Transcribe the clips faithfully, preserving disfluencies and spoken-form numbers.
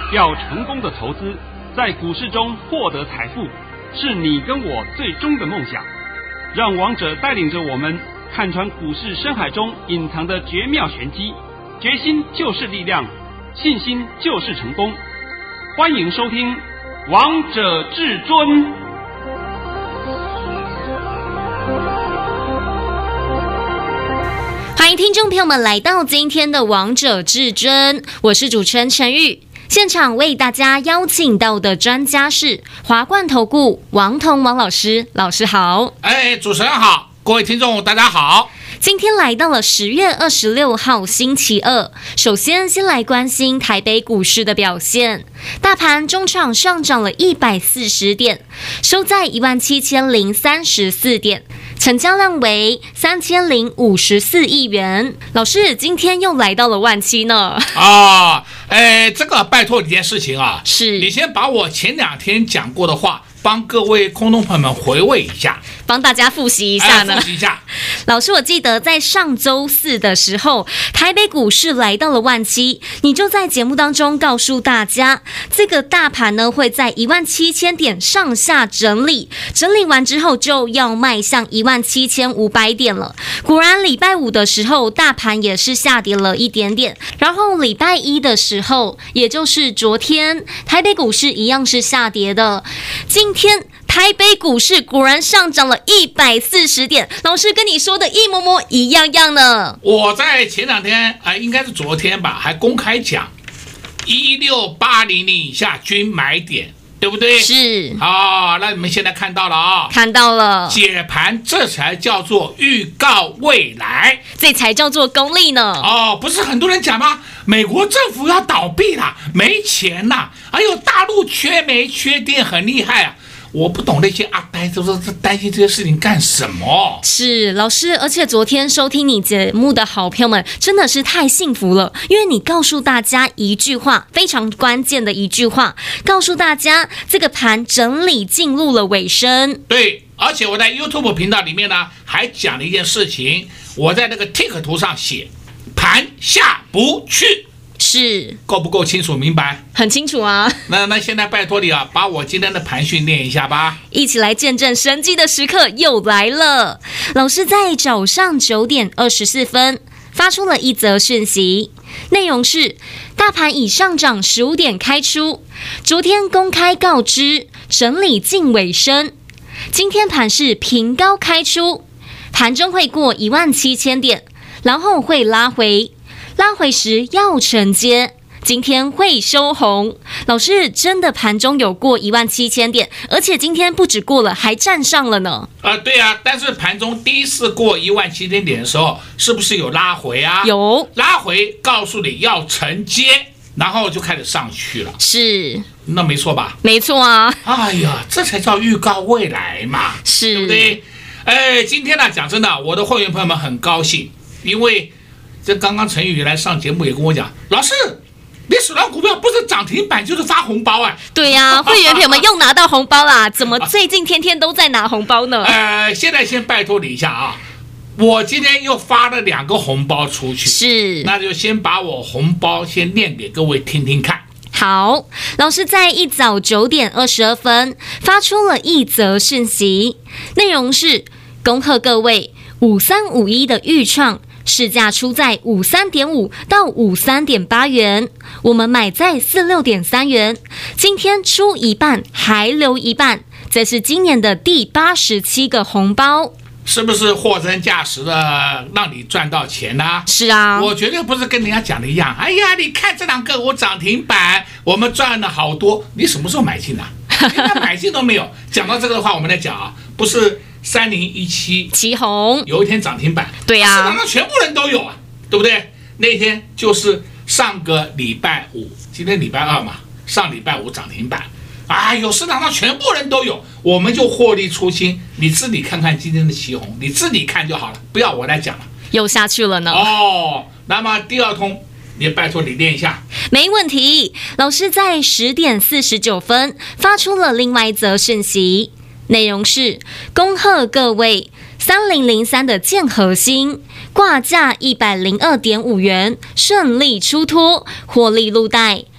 要成功的投资，在股市中获得财富，是你跟我最终的梦想。让王者带领着我们看穿股市深海中隐藏的绝妙玄机，决心就是力量，信心就是成功。欢迎收听《王者至尊》。 欢迎听众朋友们来到今天的《王者至尊》，我是主持人陈玉。现场为大家邀请到的专家是华冠投顾王彤王老师，老师好。 哎，主持人好，各位听众大家好。 今天来到了十月二十六号星期二，首先先来关心台北股市的表现。大盘中场上涨了一百四十点，收在一万七千零三十四点，成交量为三千零五十四亿元。老师，今天又来到了万七呢。 啊，哎，这个拜托你一件事情啊， 是你先把我前两天讲过的话，帮各位空中朋友们回味一下， 帮大家复习一下呢。 哎、复习一下。 老师，我记得在上周四的时候，台北股市来到了万七，你就在节目当中告诉大家，这个大盘呢会在一万七千点上下整理，整理完之后就要迈向一万七千五百点了。果然，礼拜五的时候，大盘也是下跌了一点点，然后礼拜一的时候，也就是昨天，台北股市一样是下跌的。今天台北股市果然上涨了一百四十点，老师跟你说的一模模一样样呢。 我在前两天啊、呃，应该是昨天吧，还公开讲一六八零零以下均买点，对不对？ 是。 好，那你们现在看到了啊、哦， 看到了。 解盘这才叫做预告未来， 这才叫做功力呢。 哦，不是很多人讲吗？美国政府要倒闭了，没钱了，还有大陆缺煤缺电很厉害啊。我不懂那些阿呆，都是担心这些事情干什么？ 是老师，而且昨天收听你节目的好朋友们真的是太幸福了，因为你告诉大家一句话，非常关键的一句话，告诉大家这个盘整理进入了尾声。 对，而且我在 YouTube 频道里面呢，还讲了一件事情，我在那个 tick 图上写，盘下不去。 是够不够清楚明白？ 很清楚啊。 那那现在拜托你啊，把我今天的盘训练一下吧。 一起来见证神迹的时刻又来了。老师在早上九点二十四分发出了一则讯息，内容是：大盘已上涨十五点开出，昨天公开告知整理近尾声，今天盘是平高开出，盘中会过一万七千点，然后会拉回。拉回时要承接，今天会收红。老师，真的盘中有过一万七千点，而且今天不止过了，还站上了呢。 啊、呃，对啊，但是盘中第一次过一万七千点的时候，是不是有拉回啊？ 有拉回，告诉你要承接，然后就开始上去了。 是， 那没错吧？ 没错啊。 哎呀，这才叫预告未来嘛， 是， 对不对？哎，今天呢，讲真的，我的会员朋友们很高兴，因为这刚刚陈宇来上节目也跟我讲，老师，你手上股票不是涨停板就是发红包啊。 对呀、啊，会员朋友们又拿到红包啦，怎么最近天天都在拿红包呢？ 呃，现在先拜托你一下啊，我今天又发了两个红包出去， 是， 那就先把我红包先念给各位听听看。 好，老师在一早九点二十二分发出了一则讯息，内容是：恭贺各位五三五一的预创。市价出在五三点五到五三点八元，我们买在四六点三元，今天出一半还留一半，这是今年的第八十七个红包， 是不是货真价实的让你赚到钱呢？ 是啊， 我绝对不是跟人家讲的一样。哎呀，你看这两个我涨停板，我们赚了好多，你什么时候买进的、啊？连买进都没有。讲到这个的话，我们来讲啊，不是。三零一七旗红有一天涨停板， 对呀、啊， 市场上全部人都有啊，对不对？那天就是上个礼拜五，今天礼拜二嘛，上礼拜五涨停板，哎呦，市场上全部人都有，我们就获利出清。你自己看看今天的旗红，你自己看就好了，不要我来讲了。 又下去了呢。 哦，那么第二通，你拜托你练一下。 没问题，老师在十点四十九分发出了另外一则讯息。内容是：恭贺各位三零零三的建和兴挂价一百零二点五元顺利出脱，获利入袋，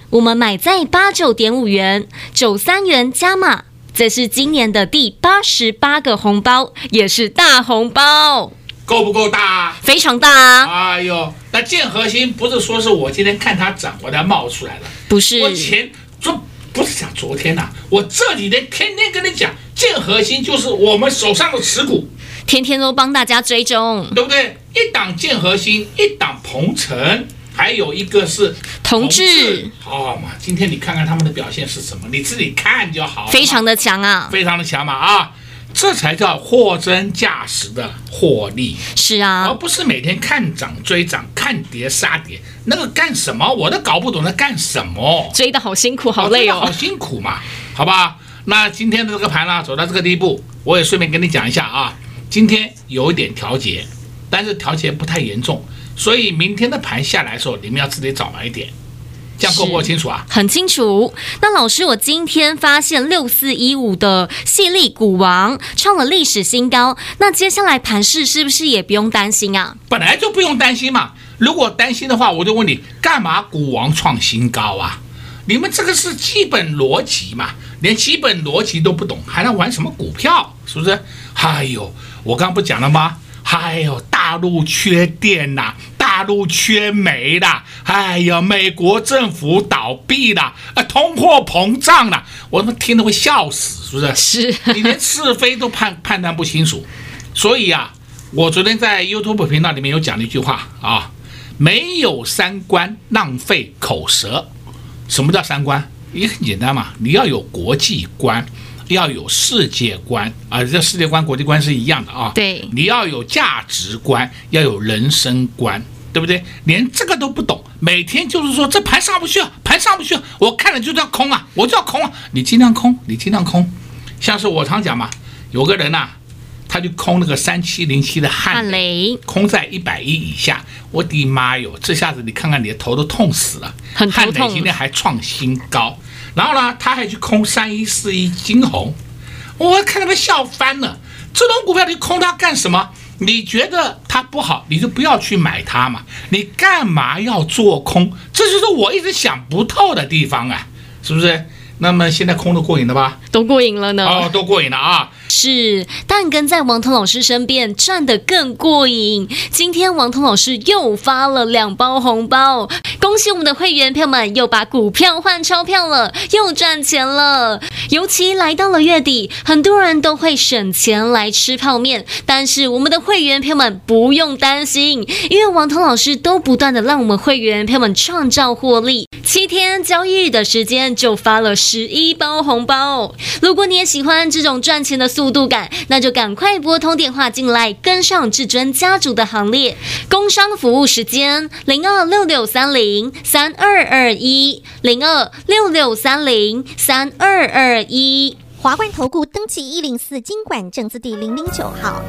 我们买在八九点五元，九三元加码，这是今年的第八十八个红包，也是大红包。 够不够大？ 非常大啊！ 哎呦，那建和兴不是说是我今天看它涨，我才冒出来的， 不是？ 我前昨不是讲昨天呐、啊，我这几天天天跟你讲，建和兴就是我们手上的持股， 天天都帮大家追踪， 对不对？一档建和兴，一档鹏程，还有一个是同志， 好嘛？今天你看看他们的表现是什么，你自己看就好了， 非常的强啊， 非常的强嘛啊！这才叫货真价实的获利， 是啊， 而不是每天看涨追涨，看跌杀跌，那个干什么？我都搞不懂在干什么， 追得好辛苦，好累哦， 好辛苦嘛，好吧？那今天的这个盘呢，走到这个地步，我也顺便跟你讲一下啊，今天有一点调节，但是调节不太严重，所以明天的盘下来的时候，你们要自己早买一点。这样够不够清楚啊？ 很清楚。那老师，我今天发现六四一五的矽力股王创了历史新高，那接下来盘势是不是也不用担心啊？ 本来就不用担心嘛。如果担心的话，我就问你，干嘛股王创新高啊？你们这个是基本逻辑嘛？连基本逻辑都不懂，还能玩什么股票？是不是？哎呦，我刚刚不讲了吗？哎呦，大陆缺电呐、啊，大陆缺煤啦，哎呀，美国政府倒闭了，啊，通货膨胀了，我他妈听得会笑死，是不是？ 是， 你连是非都判判断不清楚，所以啊，我昨天在 YouTube 频道里面有讲了一句话啊，没有三观，浪费口舌。什么叫三观？也很简单嘛，你要有国际观。要有世界观啊，这世界观、国际观是一样的啊。 对， 你要有价值观，要有人生观，对不对？连这个都不懂，每天就是说这盘上不去，盘上不去，我看了就要空啊，我就要空啊，你尽量空，你尽量空。像是我常讲嘛，有个人呐、啊，他就空那个三七零七的汉雷，空在一百一以下，我的妈哟，这下子你看看你的头都痛死了， 很头痛。 汉雷今天还创新高。然后呢，他还去空三一四一金红，我看他们笑翻了。这种股票你空它干什么？你觉得它不好，你就不要去买它嘛。你干嘛要做空？这就是我一直想不透的地方啊，是不是？那么现在空都过瘾了吧？ 都过瘾了呢。 哦，都过瘾了啊。 是，但跟在王彤老师身边赚得更过瘾。今天王彤老师又发了两包红包，恭喜我们的会员朋友们又把股票换钞票了，又赚钱了。尤其来到了月底，很多人都会省钱来吃泡面，但是我们的会员朋友们不用担心，因为王彤老师都不断的让我们会员朋友们创造获利。七天交易日的时间就发了十一包红包。如果你也喜欢这种赚钱的速度感，那就赶快拨通电话进来，跟上至尊家族的行列。工商服务时间零二六六三零三二二一零二六六三零三二二一。 华冠投顾登记一零四金管证字第零零九号。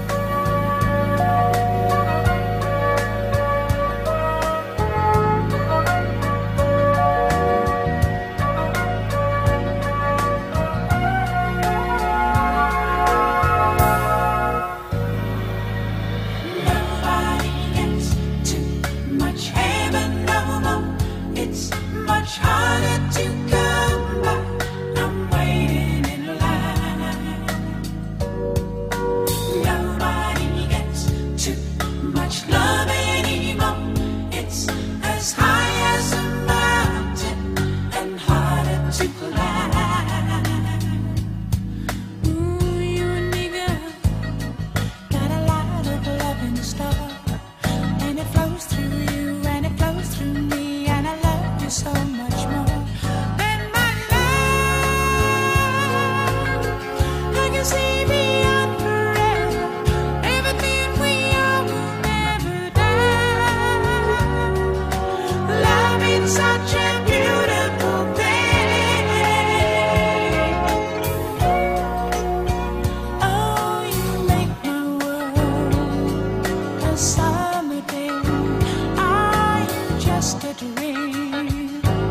Summer day, are you just a dream?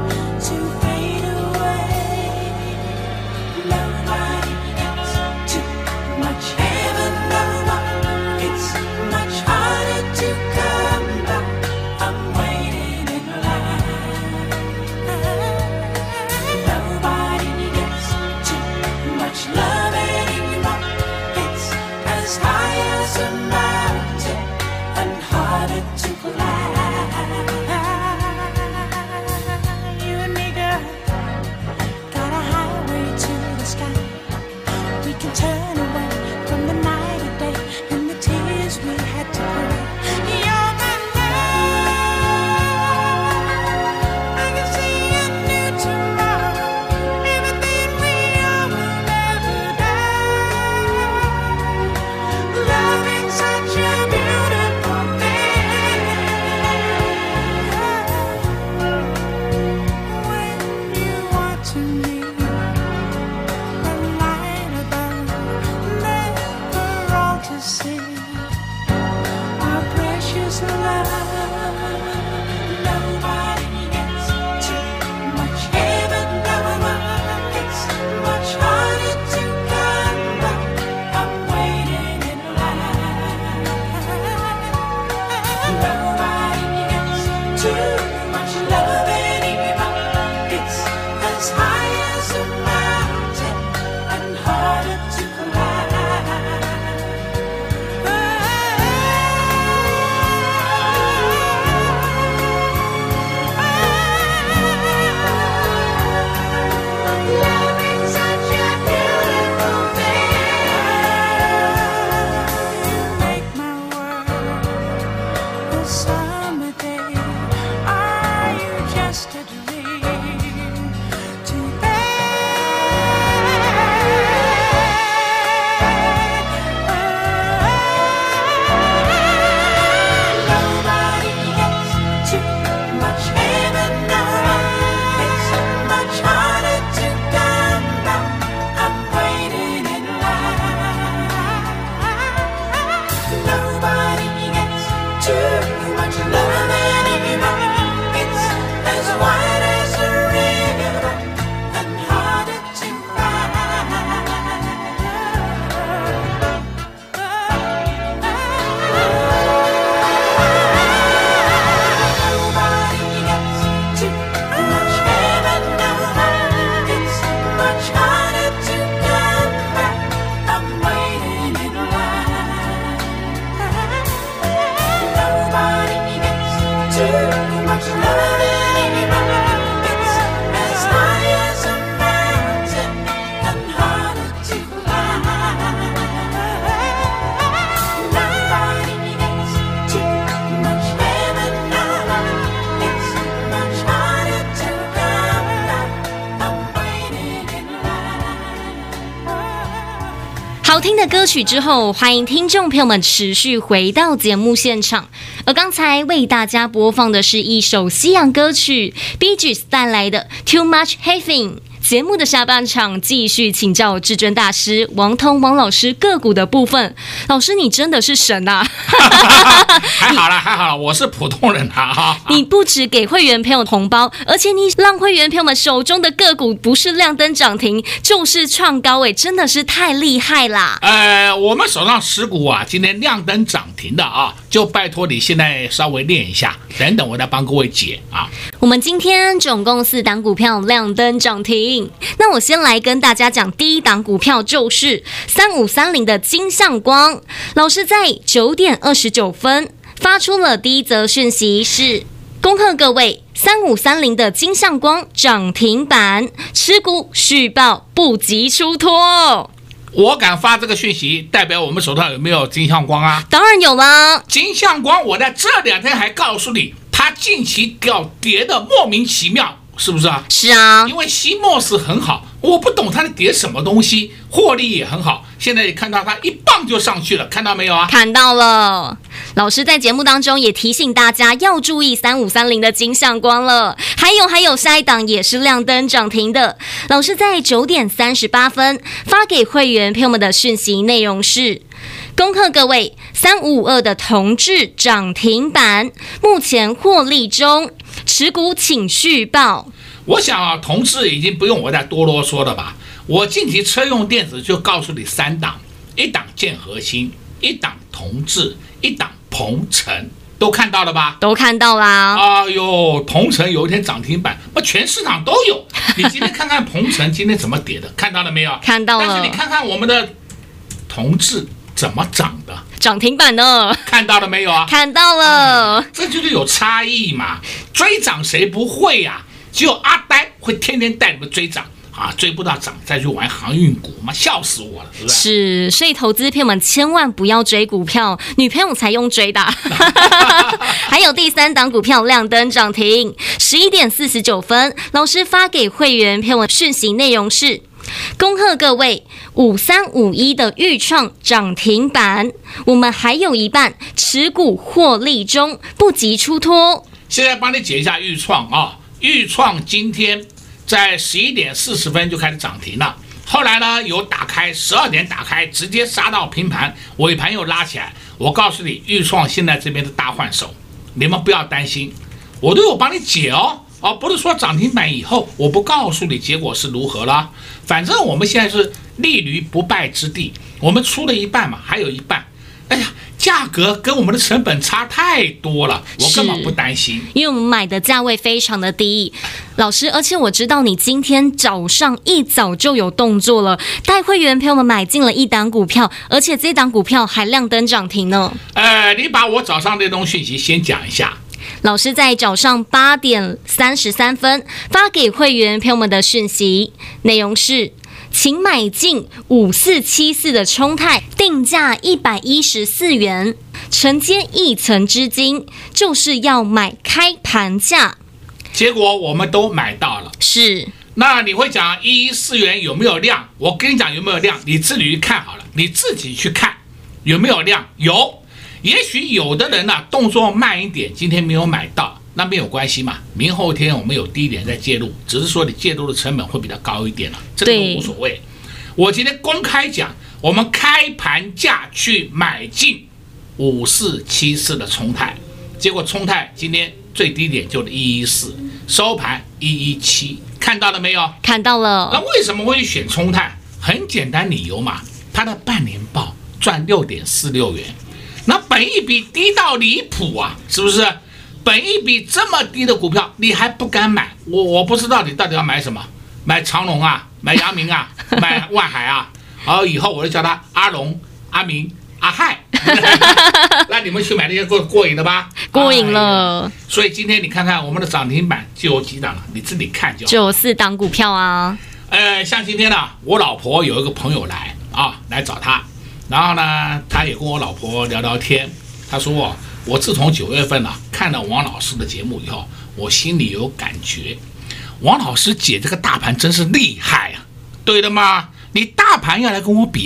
好听的歌曲之后，欢迎听众朋友们持续回到节目现场。而刚才为大家播放的是一首西洋歌曲 Bee Gees 带来的 Too Much Having。节目的下半场继续请教至尊大师王彤王老师个股的部分。老师，你真的是神啊！ 还好啦，还好啦，我是普通人啊。 你不只给会员朋友红包，而且你让会员朋友们手中的个股不是亮灯涨停，就是创高，哎，真的是太厉害啦！ 呃，我们手上十股啊，今天亮灯涨停的啊，就拜托你现在稍微练一下，等等我再帮各位解啊。 我们今天总共四档股票亮灯涨停。那我先来跟大家讲第一档股票，就是三五三零的金相光。老师在九点二十九分发出了第一则讯息，是恭贺各位三五三零的金相光涨停板，持股续报，不急出脱。 我敢发这个讯息，代表我们手上有没有金相光啊？ 当然有啦。 金相光，我在这两天还告诉你，它近期掉跌的莫名其妙。是不是啊？ 是啊， 因为西莫斯很好，我不懂它的跌什么东西，获利也很好。现在也看到它一棒就上去了，看到没有啊？ 看到了。老师在节目当中也提醒大家要注意三五三零的金相光了。还有还有，下一档也是亮灯涨停的。老师在九点三十八分发给会员朋友们的讯息内容是：恭贺各位三五五二的同志涨停板，目前获利中，持股请续报。 我想啊，同志已经不用我再多啰嗦了吧？我近期车用电子就告诉你三档，一档建核心，一档同志，一档鹏程，都看到了吧？ 都看到啦。 哎呦，鹏程有一天涨停板，不全市场都有。你今天看看鹏程今天怎么跌的，看到了没有？ 看到了。 但是你看看我们的同志怎么涨的？ 涨停板呢？ 看到了没有啊？ 看到了、 嗯，这就是有差异嘛。追涨谁不会呀、啊？只有阿呆会天天带你们追涨啊，追不到涨再去玩航运股嘛，笑死我了，是不是？ 是，所以投资朋友们千万不要追股票，女朋友才用追的。还有第三档股票亮灯涨停，十一点四十九分，老师发给会员朋友们讯息内容是：恭贺各位五三五一的钰创涨停板，我们还有一半持股获利中，不急出脱。 现在帮你解一下钰创啊，钰创今天在十一点四十分就开始涨停了，后来呢有打开，十二点打开，直接杀到平盘，尾盘又拉起来。我告诉你，钰创现在这边的大换手，你们不要担心，我都有帮你解哦。哦，不是说涨停板以后我不告诉你结果是如何了，反正我们现在是立于不败之地，我们出了一半嘛，还有一半。哎呀，价格跟我们的成本差太多了，我根本不担心， 因为我们买的价位非常的低。老师，而且我知道你今天早上一早就有动作了，带会员朋友们买进了一档股票，而且这档股票还亮灯涨停呢。 呃，你把我早上那通讯息先讲一下。 老师在早上八点三十三分发给会员朋友们的讯息内容是：请买进五四七四的冲泰，定价一百一十四元，承接一层资金，就是要买开盘价。 结果我们都买到了。 是。 那你会讲一一四元有没有量？我跟你讲有没有量，你自己去看好了，你自己去看有没有量。有，也许有的人呢、啊、动作慢一点，今天没有买到，那没有关系嘛，明后天我们有低点再介入，只是说你介入的成本会比较高一点了，这个都无所谓。我今天公开讲，我们开盘价去买进五四七四的冲泰，结果冲泰今天最低点就是一一四，收盘一一七，看到了没有？ 看到了。 那为什么会选冲泰？很简单理由嘛，它的半年报赚六点四六元，那本益比低到离谱啊，是不是？本益比这么低的股票你还不敢买，我我不知道你到底要买什么，买长荣啊，买阳明啊，买万海啊，然后以后我就叫他阿龙、阿明、阿亥，那你们去买那些过过瘾了吧？ 过瘾了、哎。 所以今天你看看我们的涨停板就有几档了，你自己看就好。 就有四档股票啊。 呃，像今天呢，我老婆有一个朋友来啊，来找他，然后呢，他也跟我老婆聊聊天，他说。我自从九月份啊看了王老师的节目以后，我心里有感觉，王老师解这个大盘真是厉害啊！对的吗？你大盘要来跟我比啊，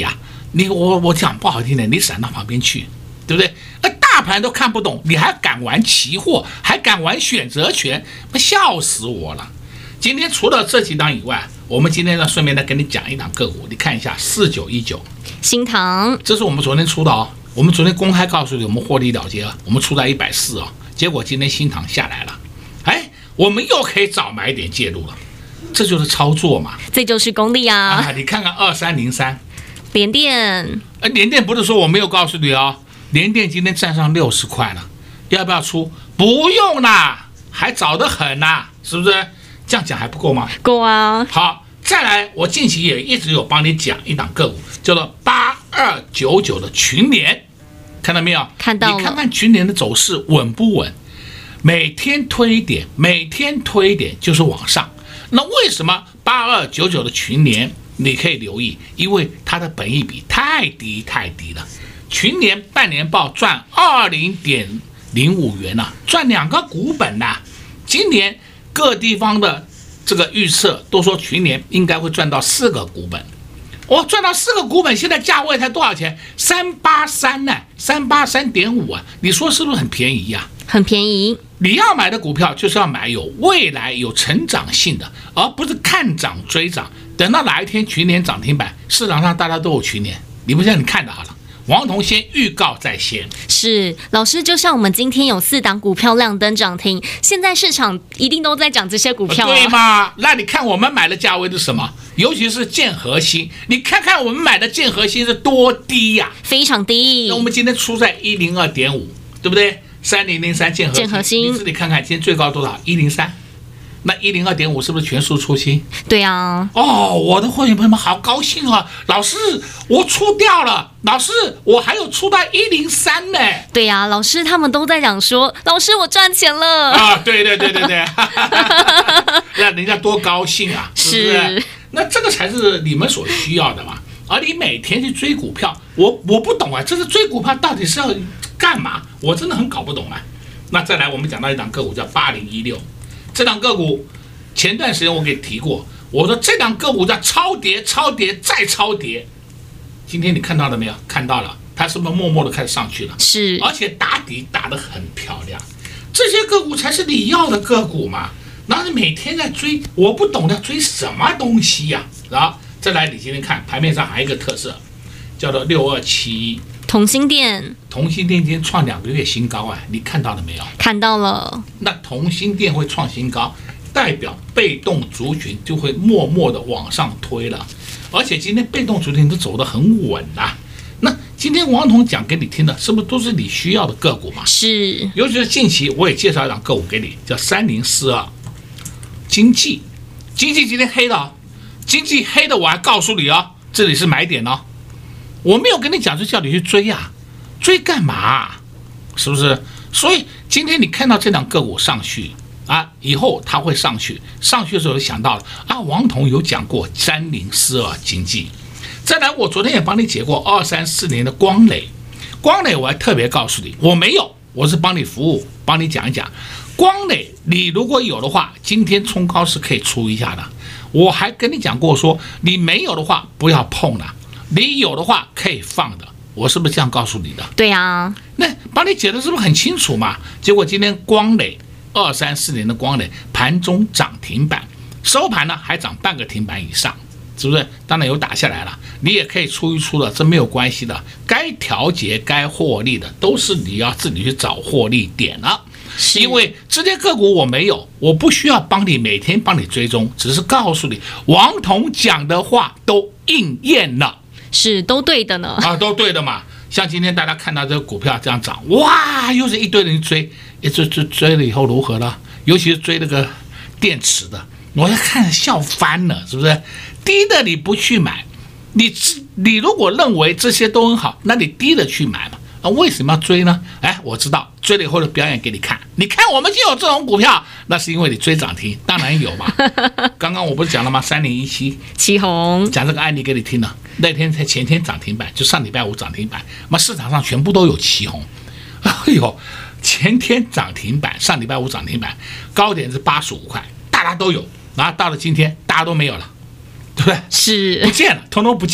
你我我讲不好听的，你闪到旁边去，对不对？那大盘都看不懂，你还敢玩期货，还敢玩选择权，笑死我了。今天除了这几档以外，我们今天呢顺便再跟你讲一档个股，你看一下四九一九新唐， 这是我们昨天出的哦。我们昨天公开告诉你，我们获利了结了，我们出在一百四啊，结果今天新唐下来了，哎，我们又可以早买点介入了，这就是操作嘛， 这就是功力啊！ 啊，你看看二三零三。 联电， 呃，联电不是说我没有告诉你哦，联电今天站上六十块了，要不要出？不用啦，还早得很啦，是不是？这样讲还不够吗？ 够啊！ 好，再来，我近期也一直有帮你讲一档个股，叫做八二九九的群联，看到没有？ 看到了。 你看看群联的走势稳不稳？每天推一点，每天推一点就是往上。那为什么八二九九的群联？你可以留意，因为它的本益比太低太低了。群联半年报赚二零点零五元呐、啊，赚两个股本呐、啊。今年各地方的这个预测都说群联应该会赚到四个股本。哦，赚到四个股本，现在价位才多少钱？三八三呢，三八三点五啊！你说是不是很便宜呀、 啊？很便宜。你要买的股票就是要买有未来、有成长性的，而不是看涨追涨。等到哪一天群联涨停板，市场上大家都有群联，你不像你看的好了。王彤先预告在先， 是老师，就像我们今天有四档股票亮灯涨停，现在市场一定都在讲这些股票、啊， 对吗？那你看我们买的价位是什么？尤其是建和兴，你看看我们买的建和兴是多低呀、啊， 非常低。 那我们今天出在一零二点五，对不对？三零零三建和兴， 建和兴， 你自己看看今天最高多少？一零三。那一零二点五是不是全数出清？ 对啊。 哦，我的会员朋友们好高兴啊！老师，我出掉了。老师，我还有出到一零三呢。 对呀、啊，老师他们都在讲说，老师我赚钱了啊！对对对对对，让人家多高兴啊！是不是？是那这个才是你们所需要的嘛。而你每天去追股票，我我不懂啊，这是追股票到底是要干嘛？我真的很搞不懂啊。那再来，我们讲到一档个股叫八零一六。这档个股前段时间我给提过，我说这档个股叫超跌、超跌再超跌。今天你看到了没有？看到了，它是不是默默的开始上去了？ 是， 而且打底打得很漂亮。这些个股才是你要的个股嘛。然后你每天在追，我不懂得追什么东西呀、啊？然后再来，你今天看盘面上还有一个特色，叫做六二七一。 同心店， 同心店今天创两个月新高啊！你看到了没有？ 看到了。 那同心店会创新高，代表被动族群就会默默的往上推了，而且今天被动族群都走得很稳啊。那今天王彤讲给你听的，是不是都是你需要的个股嘛？ 是。 尤其是近期我也介绍一档个股给你，叫三零四二，经济。经济今天黑的、哦，经济黑的我还告诉你哦，这里是买点哦。我没有跟你讲，就叫你去追啊，追干嘛、啊？是不是？所以今天你看到这档个股上去啊，以后它会上去，上去的时候就想到了啊，王彤有讲过三零四二经济。再来，我昨天也帮你解过二三四年的光磊，光磊我还特别告诉你，我没有，我是帮你服务，帮你讲一讲。光磊你如果有的话，今天冲高是可以出一下的。我还跟你讲过说，你没有的话不要碰了。你有的话可以放的，我是不是这样告诉你的？ 对啊， 那帮你解的是不是很清楚嘛？结果今天光磊二三四年的光磊盘中涨停板，收盘呢还涨半个停板以上，是不是？当然有打下来了，你也可以出一出的，这没有关系的。该调节、该获利的，都是你要自己去找获利点了。因为这些个股我没有，我不需要帮你每天帮你追踪，只是告诉你王彤讲的话都应验了。 是都对的呢啊，都对的嘛。像今天大家看到这个股票这样涨，哇，又是一堆人追，一追追追了以后如何了？尤其是追那个电池的，我要看笑翻了，是不是？低的你不去买，你你如果认为这些都很好，那你低的去买嘛。啊，为什么要追呢？哎，我知道，追了以后的表演给你看。你看我们就有这种股票，那是因为你追涨停，当然有嘛。刚刚我不是讲了吗？三零一七旗宏讲这个案例给你听了，那天才前天涨停板，就上礼拜五涨停板，那市场上全部都有旗宏。哎呦，前天涨停板，上礼拜五涨停板，高点是八十五块，大家都有，然后到了今天大家都没有了，对不对？ 是不见了，统统不见了。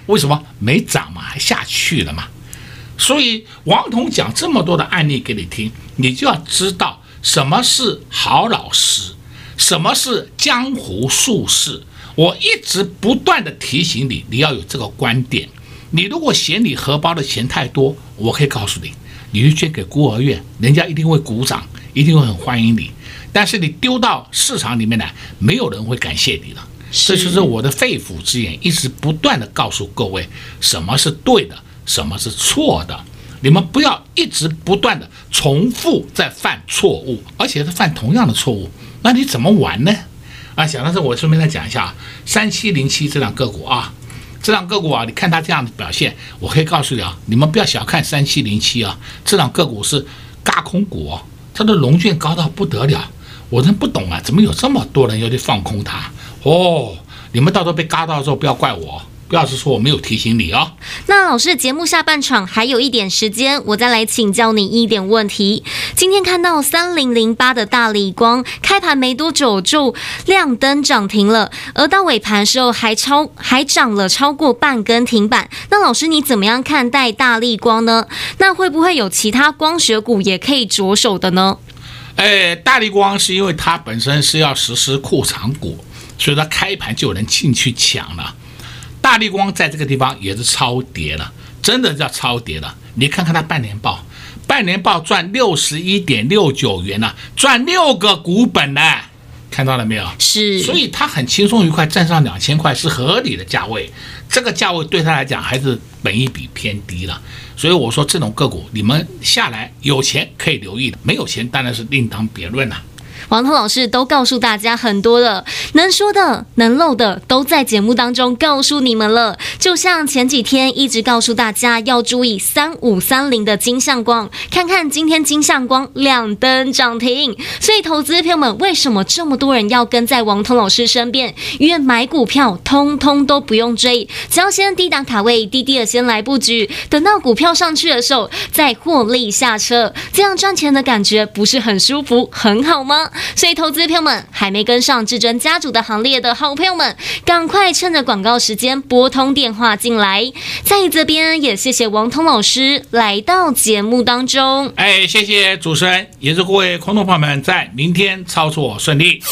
为什么没涨嘛，还下去了嘛？所以王彤讲这么多的案例给你听，你就要知道什么是好老师，什么是江湖术士。我一直不断的提醒你，你要有这个观点。你如果嫌你荷包的钱太多，我可以告诉你，你去捐给孤儿院，人家一定会鼓掌，一定会很欢迎你。但是你丢到市场里面来，没有人会感谢你的。这就是我的肺腑之言，一直不断的告诉各位，什么是对的，什么是错的。你们不要一直不断的重复在犯错误，而且是犯同样的错误，那你怎么玩呢？啊，想到这，我顺便再讲一下啊，三七零七这档个股啊，这档个股啊，你看它这样的表现，我可以告诉你啊，你们不要小看三七零七啊，这档个股是轧空股哦，它的融券高到不得了，我真不懂啊，怎么有这么多人要去放空它哦？你们到时候被轧到之后，不要怪我。不要是说我没有提醒你哦。 那老师，节目下半场还有一点时间，我再来请教你一点问题。今天看到三零零八的大立光开盘没多久就亮灯涨停了，而到尾盘的时候还超还涨了超过半根停板。那老师，你怎么样看待大立光呢？那会不会有其他光学股也可以着手的呢？ 哎，大立光是因为它本身是要实施库藏股，所以它开盘就有人进去抢了。大立光在这个地方也是超跌了，真的叫超跌了。你看看它半年报，半年报赚六十一点六九元了，赚六个股本呢，看到了没有？ 是， 所以它很轻松愉快，站上两千块是合理的价位。这个价位对他来讲还是本益比偏低了，所以我说这种个股你们下来有钱可以留意的，没有钱当然是另当别论了。 王彤老师都告诉大家很多了，能说的能漏的都在节目当中告诉你们了。就像前几天一直告诉大家要注意三五三零的金相光，看看今天金相光亮灯涨停。所以投资朋友们，为什么这么多人要跟在王彤老师身边？因为买股票通通都不用追，只要先低档卡位，低低的先来布局，等到股票上去的时候再获利下车，这样赚钱的感觉不是很舒服很好吗？所以投资朋友们，还没跟上至尊家族的行列的好朋友们，赶快趁着广告时间拨通电话进来。在这边也谢谢王彤老师来到节目当中。 哎，谢谢主持人，也祝各位空头朋友们在明天操作顺利。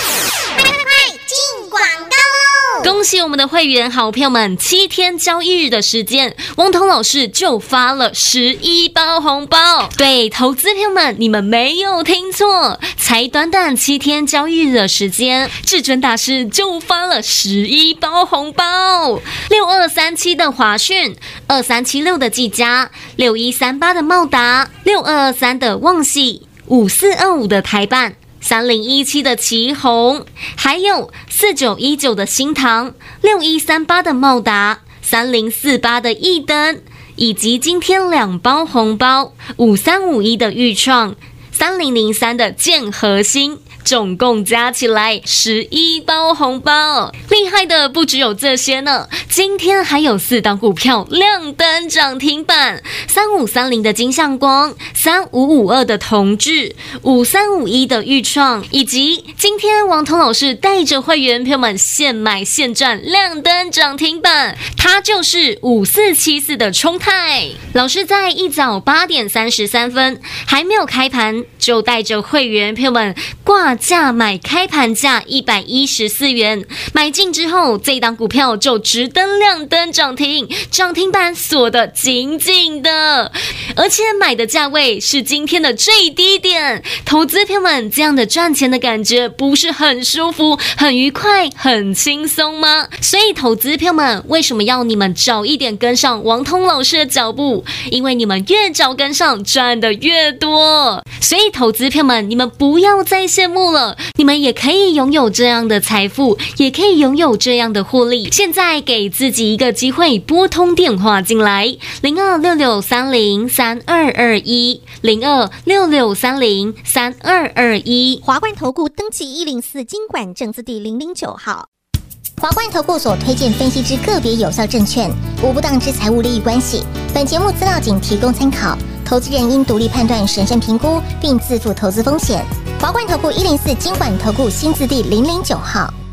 恭喜我们的会员好朋友们，七天交易日的时间，王彤老师就发了十一包红包。对，投资朋友们，你们没有听错，才短短七天交易日的时间，至尊大师就发了十一包红包。六二三七的华讯，二三七六的技嘉，六一三八的茂达，六二二三的旺矽，五四二五的台办。三零一七的奇宏，还有四九一九的新唐，六一三八的茂达，三零四八的易登，以及今天两包红包，五三五一的裕创，三零零三的建和兴。总共加起来十一包红包，厉害的不只有这些呢。今天还有四档股票亮灯涨停板，三五三零的金相光，三五五二的同致，五三五一的裕创，以及今天王彤老师带着会员朋友们现买现赚亮灯涨停板，它就是五四七四的冲泰。老师在一早八点三十三分还没有开盘，就带着会员朋友们挂价买开盘价一百一十四元，买进之后这档股票就直登亮灯涨停，涨停板锁得紧紧的，而且买的价位是今天的最低点。投资朋友们，这样的赚钱的感觉不是很舒服、很愉快、很轻松吗？所以投资朋友们，为什么要你们早一点跟上王彤老师的脚步？因为你们越早跟上，赚的越多。所以投资朋友们，你们不要再羡慕了，你们也可以拥有这样的财富，也可以拥有这样的获利。现在给自己一个机会，拨通电话进来，零二六六三零三二二一，零二六六三零三二二一。 华冠投顾登记一零四金管证字第零零九号。华冠投顾所推荐分析之个别有效证券，无不当之财务利益关系。本节目资料仅提供参考，投资人应独立判断、审慎评估，并自负投资风险。华冠投顾一零四金管投顾新字第零零九号。